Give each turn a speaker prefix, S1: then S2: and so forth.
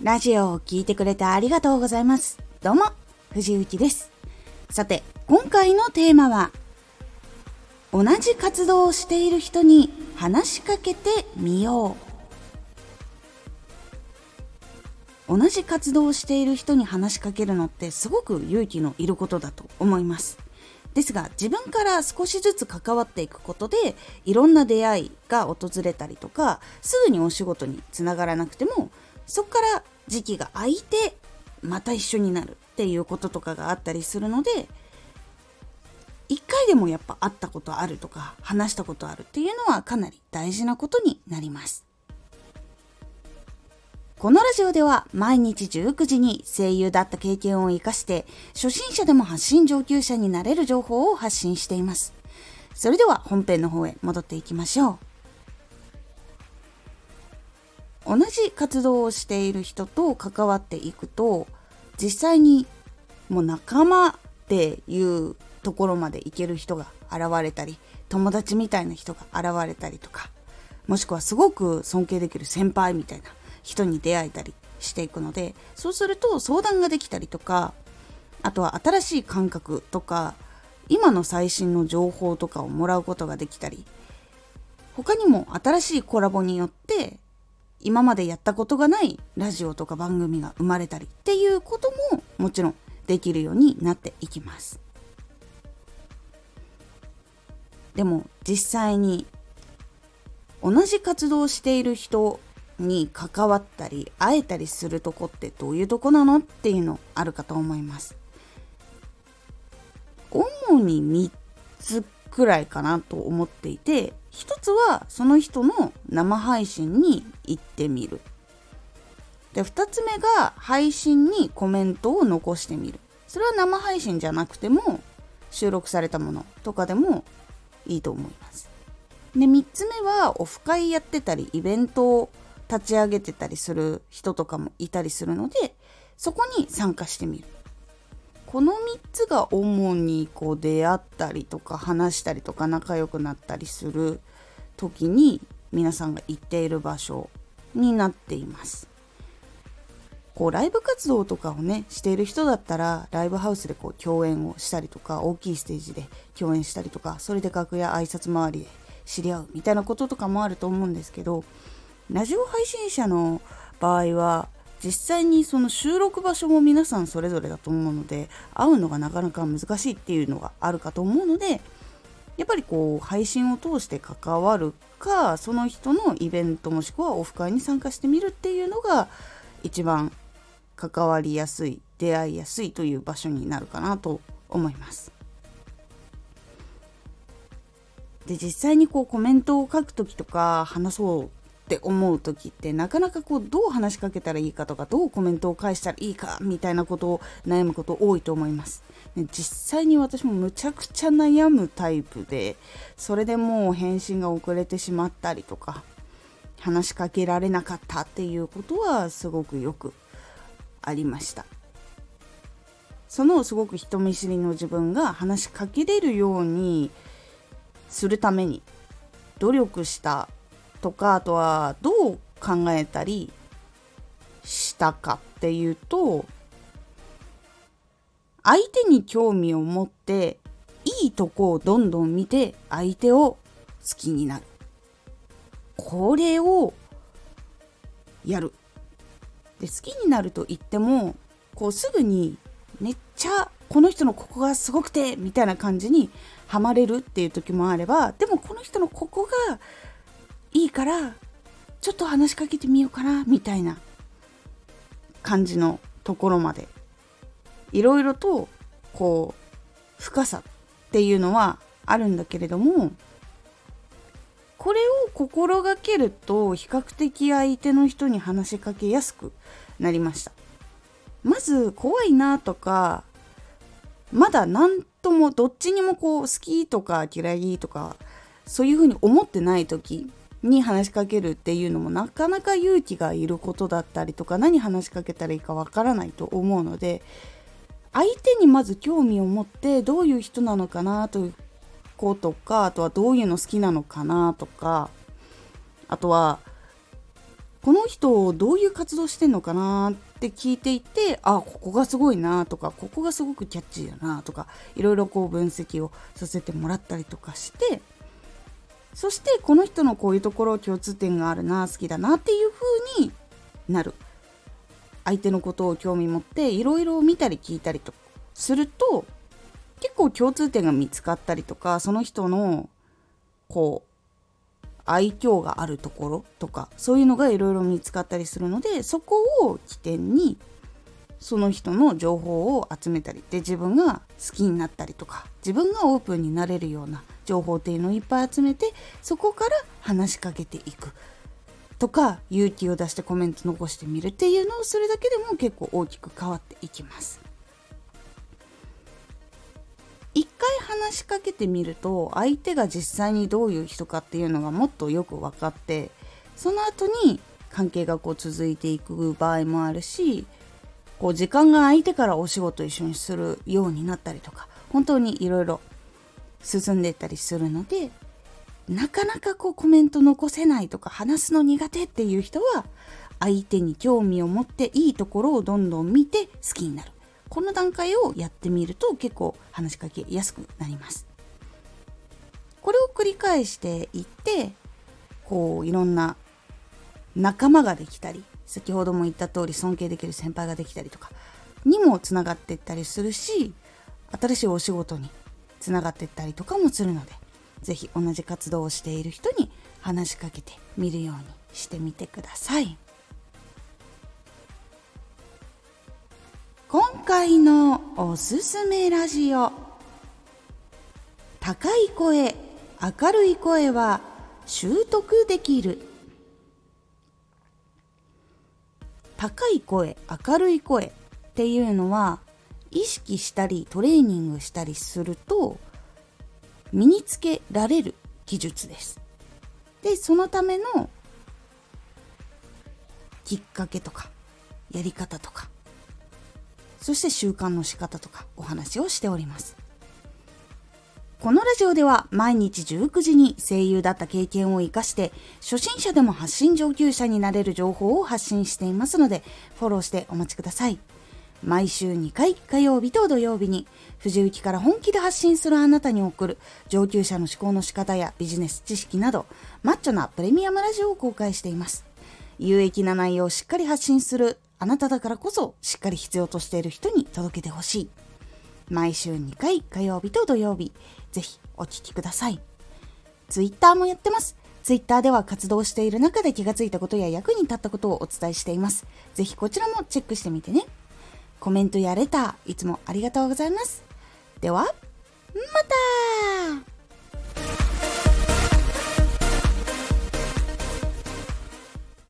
S1: ラジオを聞いてくれてありがとうございます。どうも、藤幸です。さて、今回のテーマは、同じ活動をしている人に話しかけてみよう。同じ活動をしている人に話しかけるのってすごく勇気のいることだと思います。ですが、自分から少しずつ関わっていくことで、いろんな出会いが訪れたりとか、すぐにお仕事につながらなくても、そこから時期が空いてまた一緒になるっていうこととかがあったりするので、一回でもやっぱ会ったことあるとか話したことあるっていうのはかなり大事なことになります。このラジオでは毎日19時に声優だった経験を生かして初心者でも発信上級者になれる情報を発信しています。それでは本編の方へ戻っていきましょう。同じ活動をしている人と関わっていくと、実際にもう仲間っていうところまで行ける人が現れたり、友達みたいな人が現れたりとか、もしくはすごく尊敬できる先輩みたいな人に出会えたりしていくので、そうすると相談ができたりとか、あとは新しい感覚とか今の最新の情報とかをもらうことができたり、他にも新しいコラボによって今までやったことがないラジオとか番組が生まれたりっていうことももちろんできるようになっていきます。でも実際に同じ活動をしている人に関わったり会えたりするとこってどういうとこなのっていうのあるかと思います。主に3つくらいかなと思っていて、一つはその人の生配信に行ってみる。で、2つ目が配信にコメントを残してみる。それは生配信じゃなくても収録されたものとかでもいいと思います。で、3つ目はオフ会やってたりイベントを立ち上げてたりする人とかもいたりするので、そこに参加してみる。この3つが主に出会ったりとか話したりとか仲良くなったりする時に皆さんが行っている場所になっています。ライブ活動とかをねしている人だったら、ライブハウスで共演をしたりとか、大きいステージで共演したりとか、それで楽屋挨拶回りで知り合うみたいなこととかもあると思うんですけど、ラジオ配信者の場合は実際にその収録場所も皆さんそれぞれだと思うので、会うのがなかなか難しいっていうのがあるかと思うので、やっぱり配信を通して関わるか、その人のイベントもしくはオフ会に参加してみるっていうのが一番関わりやすい、出会いやすいという場所になるかなと思います。で、実際にコメントを書くときとか話そうって思うときって、なかなかどう話しかけたらいいかとか、どうコメントを返したらいいかみたいなことを悩むこと多いと思います。で、実際に私もむちゃくちゃ悩むタイプで、それでもう返信が遅れてしまったりとか、話しかけられなかったっていうことはすごくよくありました。そのすごく人見知りの自分が話しかけれるようにするために努力したとか、あとはどう考えたりしたかっていうと、相手に興味を持っていいとこをどんどん見て相手を好きになる、これをやる。で、好きになると言ってもすぐにめっちゃこの人のここがすごくてみたいな感じにハマれるっていう時もあれば、でもこの人のここがいいからちょっと話しかけてみようかなみたいな感じのところまでいろいろと深さっていうのはあるんだけれども、これを心がけると比較的相手の人に話しかけやすくなりました。まず怖いなとか、まだなんともどっちにも好きとか嫌いとかそういうふうに思ってない時に話しかけるっていうのもなかなか勇気がいることだったりとか、何話しかけたらいいかわからないと思うので、相手にまず興味を持ってどういう人なのかなということか、あとはどういうの好きなのかなとか、あとはここの人どういう活動してんのかなって聞いていて、ここがすごいなとか、ここがすごくキャッチーだなとか、いろいろこう分析をさせてもらったりとかして、そしてこの人のこういうところ共通点があるな、好きだなっていう風になる。相手のことを興味持っていろいろ見たり聞いたりとすると、結構共通点が見つかったりとか、その人のこう愛嬌があるところとか、そういうのがいろいろ見つかったりするので、そこを起点にその人の情報を集めたりで、自分が好きになったりとか、自分がオープンになれるような情報っていうのをいっぱい集めて、そこから話しかけていくとか、勇気を出してコメント残してみるっていうのをするだけでも結構大きく変わっていきます。一回話しかけてみると、相手が実際にどういう人かっていうのがもっとよく分かって、その後に関係がこう続いていく場合もあるし、こう時間が相手からお仕事一緒にするようになったりとか、本当にいろいろ進んでいったりするので、なかなかこうコメント残せないとか話すの苦手っていう人は、相手に興味を持っていいところをどんどん見て好きになる、この段階をやってみると結構話しかけやすくなります。これを繰り返していって、こういろんな仲間ができたり、先ほども言った通り尊敬できる先輩ができたりとかにもつながっていったりするし、新しいお仕事につながっていったりとかもするので、ぜひ同じ活動をしている人に話しかけてみるようにしてみてください。今回のおすすめラジオ。高い声、明るい声は習得できる。高い声、明るい声っていうのは、意識したりトレーニングしたりすると身につけられる技術です。で、そのためのきっかけとかやり方とか、そして習慣の仕方とかお話をしております。このラジオでは毎日19時に声優だった経験を生かして、初心者でも発信上級者になれる情報を発信していますので、フォローしてお待ちください。毎週2回、火曜日と土曜日に藤雪から本気で発信するあなたに送る上級者の思考の仕方やビジネス知識など、マッチョなプレミアムラジオを公開しています。有益な内容をしっかり発信するあなただからこそ、しっかり必要としている人に届けてほしい。毎週2回、火曜日と土曜日、ぜひお聞きください。ツイッターもやってます。ツイッターでは活動している中で気がついたことや役に立ったことをお伝えしています。ぜひこちらもチェックしてみてね。コメントやレター、いつもありがとうございます。では、また。